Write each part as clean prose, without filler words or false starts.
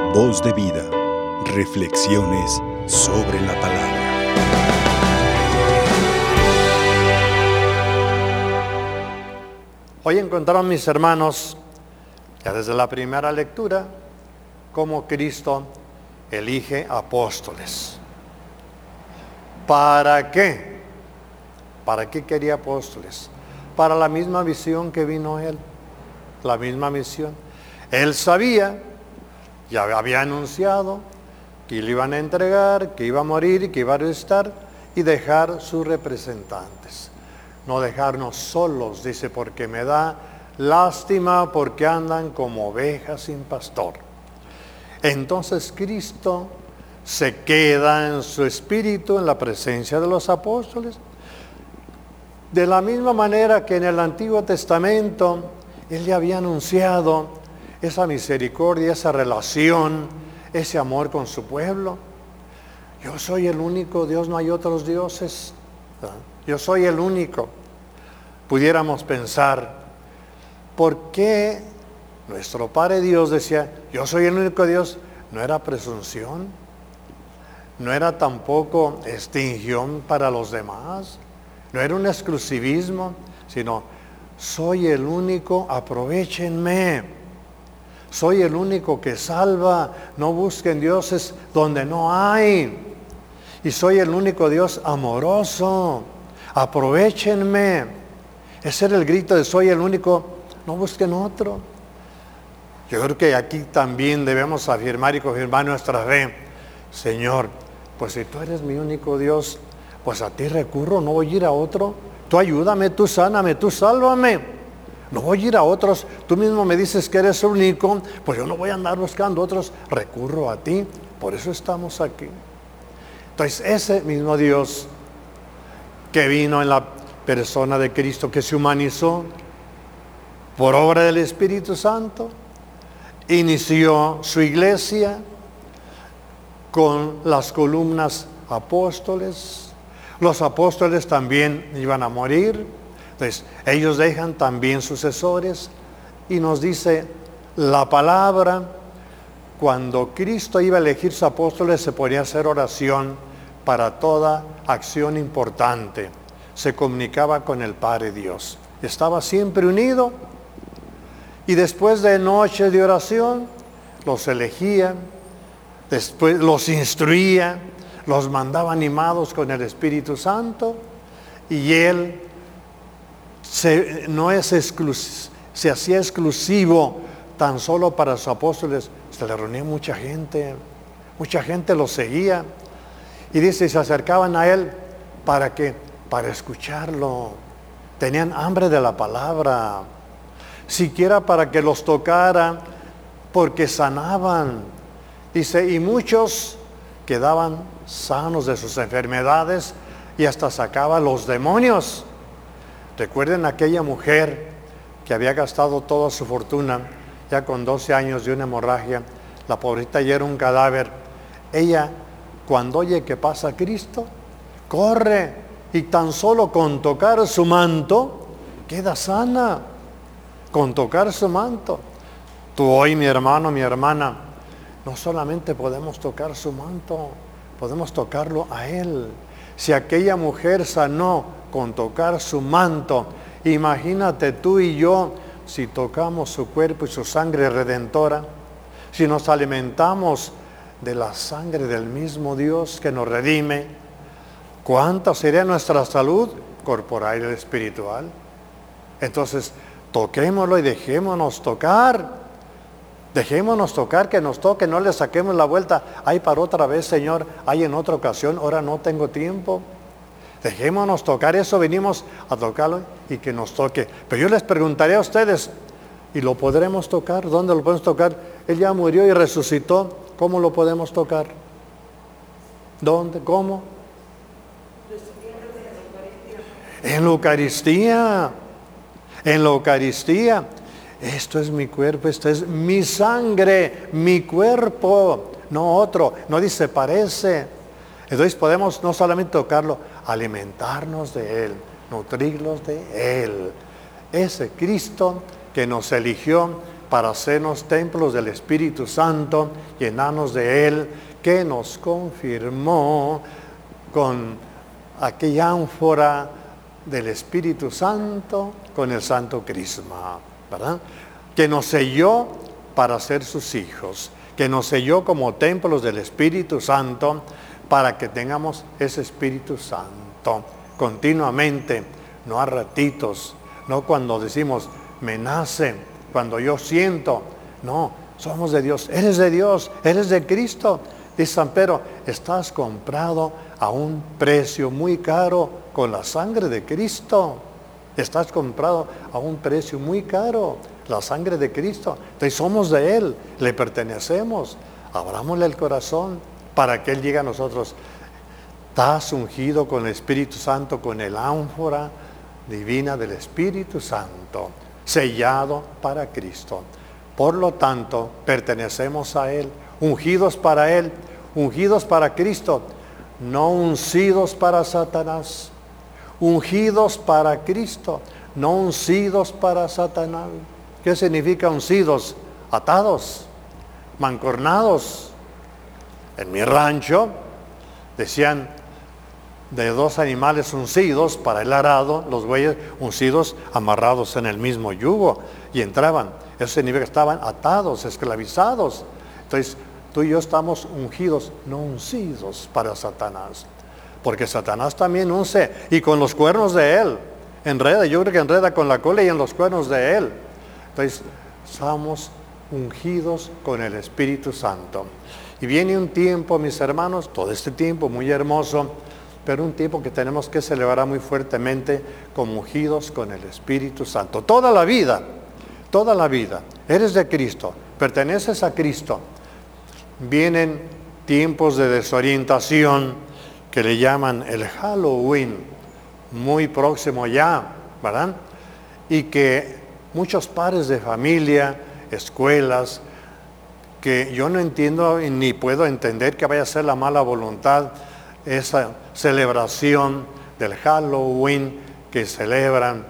Voz de vida. Reflexiones sobre la palabra. Hoy encontraron mis hermanos, ya desde la primera lectura, cómo Cristo elige apóstoles. ¿Para qué? ¿Para qué quería apóstoles? Para la misma visión que vino Él, la misma misión. Él sabía, ya había anunciado, que le iban a entregar, que iba a morir, que iba a resucitar y dejar sus representantes. No dejarnos solos, dice, porque me da lástima porque andan como ovejas sin pastor. Entonces Cristo se queda en su espíritu, en la presencia de los apóstoles. De la misma manera que en el Antiguo Testamento Él ya había anunciado esa misericordia, esa relación, ese amor con su pueblo. Yo soy el único Dios, no hay otros dioses. Yo soy el único. Pudiéramos pensar, ¿por qué nuestro Padre Dios decía, yo soy el único Dios? No era presunción, no era tampoco extinción para los demás, no era un exclusivismo, sino soy el único, aprovéchenme. Soy el único que salva, no busquen dioses donde no hay. Y soy el único Dios amoroso, aprovéchenme. Ese era el grito de soy el único, no busquen otro. Yo creo que aquí también debemos afirmar y confirmar nuestra fe. Señor, pues si tú eres mi único Dios, pues a ti recurro, no voy a ir a otro. Tú ayúdame, tú sáname, tú sálvame. No voy a ir a otros, tú mismo me dices que eres el único, pues yo no voy a andar buscando otros, recurro a ti, por eso estamos aquí. Entonces ese mismo Dios que vino en la persona de Cristo, que se humanizó por obra del Espíritu Santo, inició su iglesia con las columnas apóstoles. Los apóstoles también iban a morir. Entonces, ellos dejan también sucesores y nos dice la palabra, cuando Cristo iba a elegir sus apóstoles se ponía a hacer oración para toda acción importante. Se comunicaba con el Padre Dios. Estaba siempre unido y después de noches de oración los elegía, después los instruía, los mandaba animados con el Espíritu Santo y Él se hacía exclusivo tan solo para sus apóstoles. Se le reunía mucha gente lo seguía y dice, se acercaban a Él para escucharlo. Tenían hambre de la palabra, siquiera para que los tocara, porque sanaban. Dice, y muchos quedaban sanos de sus enfermedades y hasta sacaban los demonios. Recuerden aquella mujer que había gastado toda su fortuna, ya con 12 años de una hemorragia, la pobrecita ya era un cadáver. Ella, cuando oye que pasa Cristo, corre y tan solo con tocar su manto, queda sana. Con tocar su manto. Tú hoy, mi hermano, mi hermana, no solamente podemos tocar su manto, podemos tocarlo a Él. Si aquella mujer sanó con tocar su manto, imagínate tú y yo, si tocamos su cuerpo y su sangre redentora, si nos alimentamos de la sangre del mismo Dios que nos redime, ¿cuánta sería nuestra salud corporal y espiritual? Entonces, toquémoslo y dejémonos tocar. Dejémonos tocar, que nos toque, no le saquemos la vuelta. Ay, para otra vez, Señor, ay, en otra ocasión, ahora no tengo tiempo. Dejémonos tocar, eso venimos a tocarlo y que nos toque. Pero yo les preguntaré a ustedes, ¿y lo podremos tocar? ¿Dónde lo podemos tocar? Él ya murió y resucitó, ¿cómo lo podemos tocar? ¿Dónde? ¿Cómo? En la Eucaristía. En la Eucaristía. Esto es mi cuerpo, esto es mi sangre, mi cuerpo, no otro. No dice parece. Entonces podemos no solamente tocarlo, alimentarnos de Él, nutrirnos de Él. Ese Cristo que nos eligió, para hacernos templos del Espíritu Santo, llenarnos de Él, que nos confirmó con aquella ánfora del Espíritu Santo con el Santo Crisma, ¿verdad? Que nos selló para ser sus hijos, que nos selló como templos del Espíritu Santo para que tengamos ese Espíritu Santo continuamente, no a ratitos, no cuando decimos me nace, cuando yo siento, no, somos de Dios, eres de Cristo. Dice San Pedro, estás comprado a un precio muy caro con la sangre de Cristo. Estás comprado a un precio muy caro, la sangre de Cristo. Entonces somos de Él, le pertenecemos. Abrámosle el corazón para que Él llegue a nosotros. Estás ungido con el Espíritu Santo, con el ánfora divina del Espíritu Santo, sellado para Cristo. Por lo tanto, pertenecemos a Él, ungidos para Él, ungidos para Cristo, no uncidos para Satanás. Ungidos para Cristo, no uncidos para Satanás. ¿Qué significa uncidos? Atados, mancornados. En mi rancho decían de 2 animales uncidos para el arado, los bueyes uncidos amarrados en el mismo yugo y entraban. Eso significa que estaban atados, esclavizados. Entonces tú y yo estamos ungidos, no uncidos para Satanás. Porque Satanás también unce y con los cuernos de él enreda. Yo creo que enreda con la cola y en los cuernos de él. Entonces somos ungidos con el Espíritu Santo. Y viene un tiempo, mis hermanos, todo este tiempo muy hermoso, pero un tiempo que tenemos que celebrar muy fuertemente como ungidos con el Espíritu Santo. Toda la vida, eres de Cristo, perteneces a Cristo. Vienen tiempos de desorientación, que le llaman el Halloween, muy próximo ya, ¿verdad? Y que muchos padres de familia, escuelas, que yo no entiendo ni puedo entender que vaya a ser la mala voluntad, esa celebración del Halloween que celebran,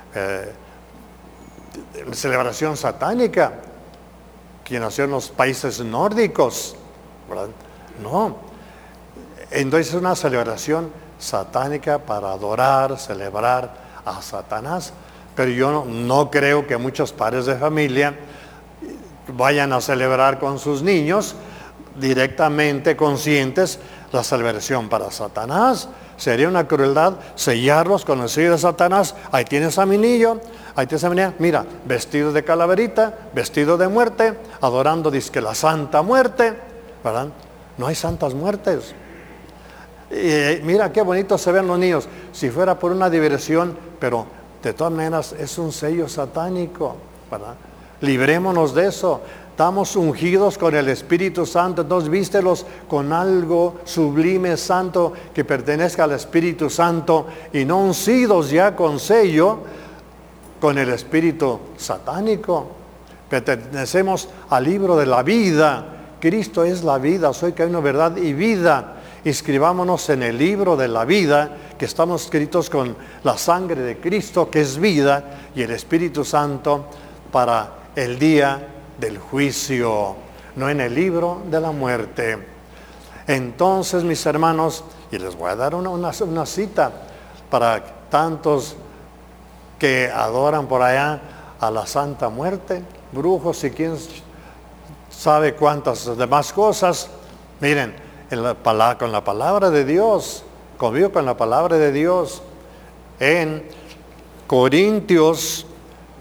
celebración satánica, que nació en los países nórdicos, ¿verdad? No. Entonces es una celebración satánica para adorar, celebrar a Satanás. Pero yo no creo que muchos padres de familia vayan a celebrar con sus niños directamente conscientes la celebración para Satanás. Sería una crueldad sellarlos con el sello de Satanás. Ahí tienes a mi niño, ahí tienes a mi niña, mira, vestido de calaverita, vestido de muerte, adorando dizque la santa muerte, ¿verdad? No hay santas muertes. Mira qué bonito se ven los niños, si fuera por una diversión, pero de todas maneras es un sello satánico, ¿verdad? Librémonos de eso. Estamos ungidos con el Espíritu Santo, entonces vístelos con algo sublime, santo, que pertenezca al Espíritu Santo, y no uncidos ya con sello con el espíritu satánico. Pertenecemos al libro de la vida. Cristo es la vida, soy camino, verdad y vida. Inscribámonos en el libro de la vida, que estamos escritos con la sangre de Cristo, que es vida, y el Espíritu Santo para el día del juicio, no en el libro de la muerte. Entonces, mis hermanos, y les voy a dar una cita para tantos que adoran por allá a la Santa Muerte, brujos y quién sabe cuántas demás cosas. Miren, con la palabra de Dios, convivo con la palabra de Dios en Corintios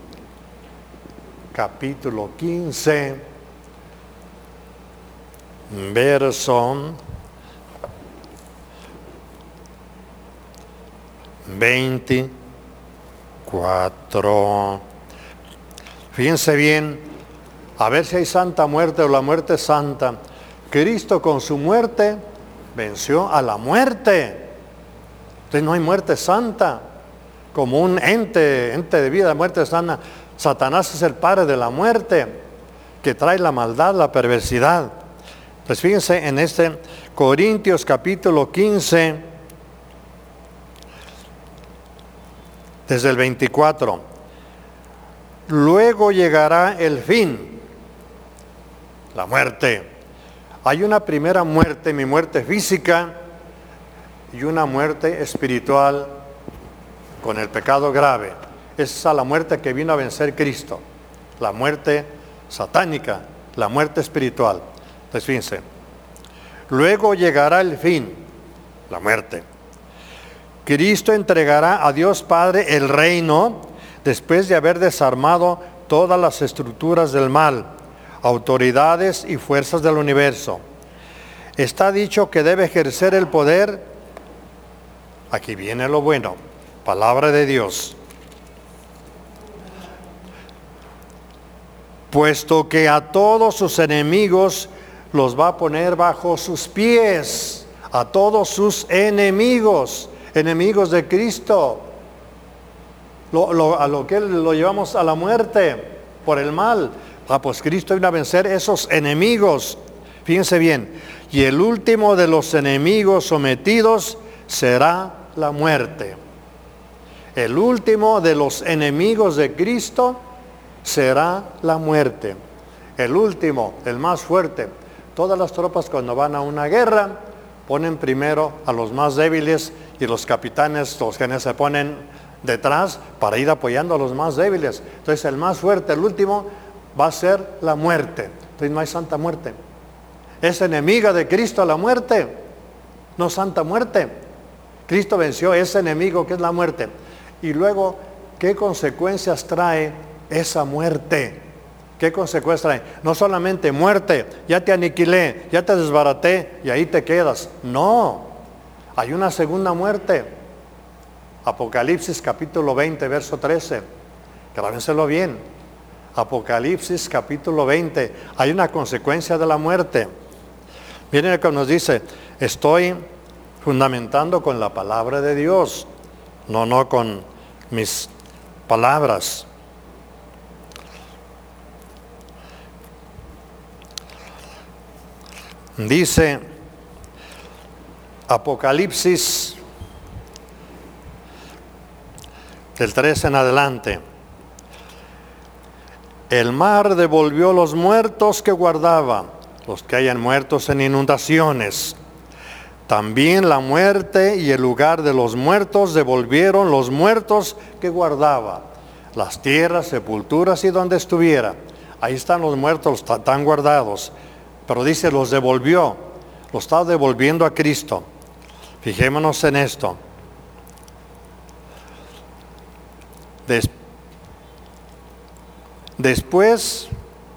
capítulo 15, verso 24. Fíjense bien, a ver si hay santa muerte o la muerte santa. Cristo con su muerte venció a la muerte. Entonces no hay muerte santa. Como un ente de vida, muerte sana. Satanás es el padre de la muerte, que trae la maldad, la perversidad. Pues fíjense en este Corintios capítulo 15, desde el 24. luego llegará el fin, la muerte. Hay una primera muerte, mi muerte física, y una muerte espiritual con el pecado grave. Esa es la muerte que vino a vencer Cristo, la muerte satánica, la muerte espiritual. Entonces fíjense, luego llegará el fin, la muerte. Cristo entregará a Dios Padre el reino después de haber desarmado todas las estructuras del mal, autoridades y fuerzas del universo. Está dicho que debe ejercer el poder. Aquí viene lo bueno, palabra de Dios. Puesto que a todos sus enemigos los va a poner bajo sus pies, a todos sus enemigos, enemigos de Cristo, a lo que lo llevamos a la muerte por el mal. Pues Cristo vino a vencer esos enemigos. Fíjense bien, y el último de los enemigos sometidos será la muerte. El último de los enemigos de Cristo será la muerte. El último, el más fuerte. Todas las tropas cuando van a una guerra ponen primero a los más débiles y los capitanes, los generales se ponen detrás para ir apoyando a los más débiles. Entonces el más fuerte, el último, va a ser la muerte. Entonces no hay santa muerte. Es enemiga de Cristo la muerte, no santa muerte. Cristo venció ese enemigo que es la muerte. Y luego, ¿qué consecuencias trae esa muerte? ¿Qué consecuencias trae? No solamente muerte, ya te aniquilé, ya te desbaraté y ahí te quedas. No, hay una segunda muerte. Apocalipsis capítulo 20, verso 13. Grábenselo bien. Apocalipsis capítulo 20. Hay una consecuencia de la muerte. Miren lo que nos dice. Estoy fundamentando con la palabra de Dios, no con mis palabras. Dice Apocalipsis del 13 en adelante: el mar devolvió los muertos que guardaba, los que hayan muertos en inundaciones. También la muerte y el lugar de los muertos devolvieron los muertos que guardaba, las tierras, sepulturas y donde estuviera. Ahí están los muertos, están guardados. Pero dice, los devolvió, los está devolviendo a Cristo. Fijémonos en esto. Después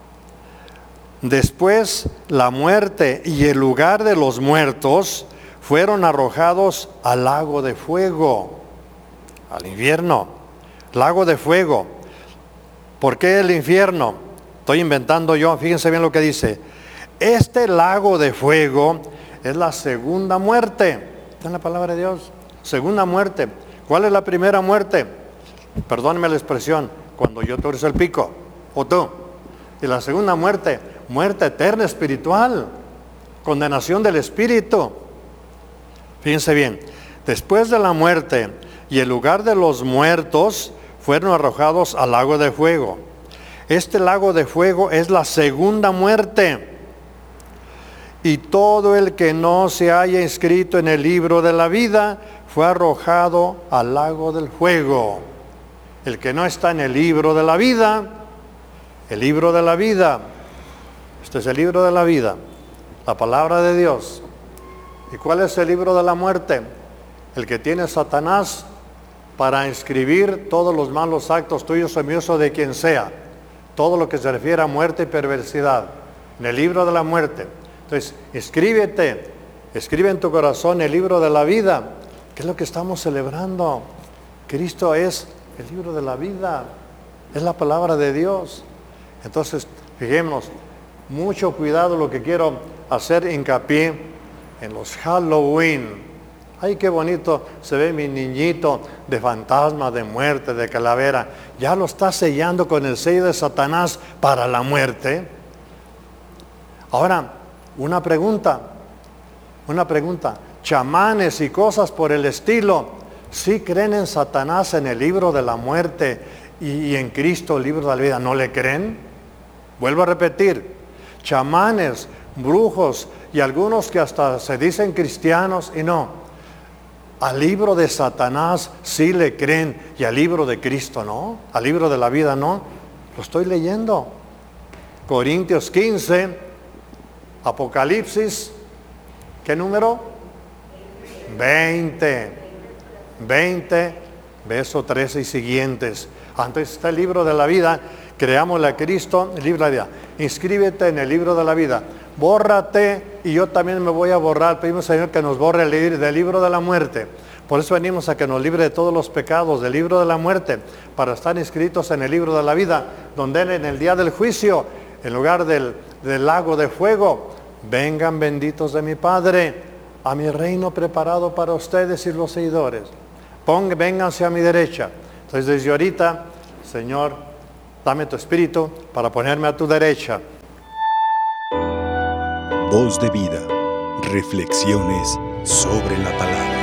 la muerte y el lugar de los muertos fueron arrojados al lago de fuego, al infierno, lago de fuego. ¿Por qué el infierno? Estoy inventando yo, fíjense bien lo que dice. Este lago de fuego es la segunda muerte. Está en la palabra de Dios. Segunda muerte. ¿Cuál es la primera muerte? Perdónenme la expresión, cuando yo torzo el pico, o tú. Y la segunda muerte, muerte eterna espiritual, condenación del espíritu. Fíjense bien, después de la muerte y el lugar de los muertos fueron arrojados al lago de fuego. Este lago de fuego es la segunda muerte. Y todo el que no se haya inscrito en el libro de la vida fue arrojado al lago del fuego. El que no está en el libro de la vida, el libro de la vida, este es el libro de la vida, la palabra de Dios. ¿Y cuál es el libro de la muerte? El que tiene Satanás para inscribir todos los malos actos tuyos o míos o de quien sea, todo lo que se refiere a muerte y perversidad, en el libro de la muerte. Entonces, escribe en tu corazón el libro de la vida, que es lo que estamos celebrando. Cristo es el libro de la vida, es la palabra de Dios. Entonces, fijémonos, mucho cuidado lo que quiero hacer hincapié en los Halloween. Ay, qué bonito se ve mi niñito de fantasma, de muerte, de calavera. Ya lo está sellando con el sello de Satanás para la muerte. Ahora, una pregunta, chamanes y cosas por el estilo, ¿sí creen en Satanás en el libro de la muerte y en Cristo el libro de la vida, ¿no le creen? Vuelvo a repetir, chamanes, brujos y algunos que hasta se dicen cristianos y no. Al libro de Satanás sí le creen y al libro de Cristo no, al libro de la vida no. Lo estoy leyendo. Corintios 15, Apocalipsis, ¿qué número? 20, verso 13 y siguientes. Entonces está el libro de la vida, creámosle a Cristo, el libro de la vida. Inscríbete en el libro de la vida. Bórrate y yo también me voy a borrar. Pedimos al Señor que nos borre del libro de la muerte. Por eso venimos a que nos libre de todos los pecados del libro de la muerte, para estar inscritos en el libro de la vida, donde en el día del juicio, en lugar del lago de fuego, vengan benditos de mi Padre, a mi reino preparado para ustedes y los seguidores. Vénganse a mi derecha. Entonces desde ahorita, Señor, dame tu espíritu para ponerme a tu derecha. Voz de vida. Reflexiones sobre la palabra.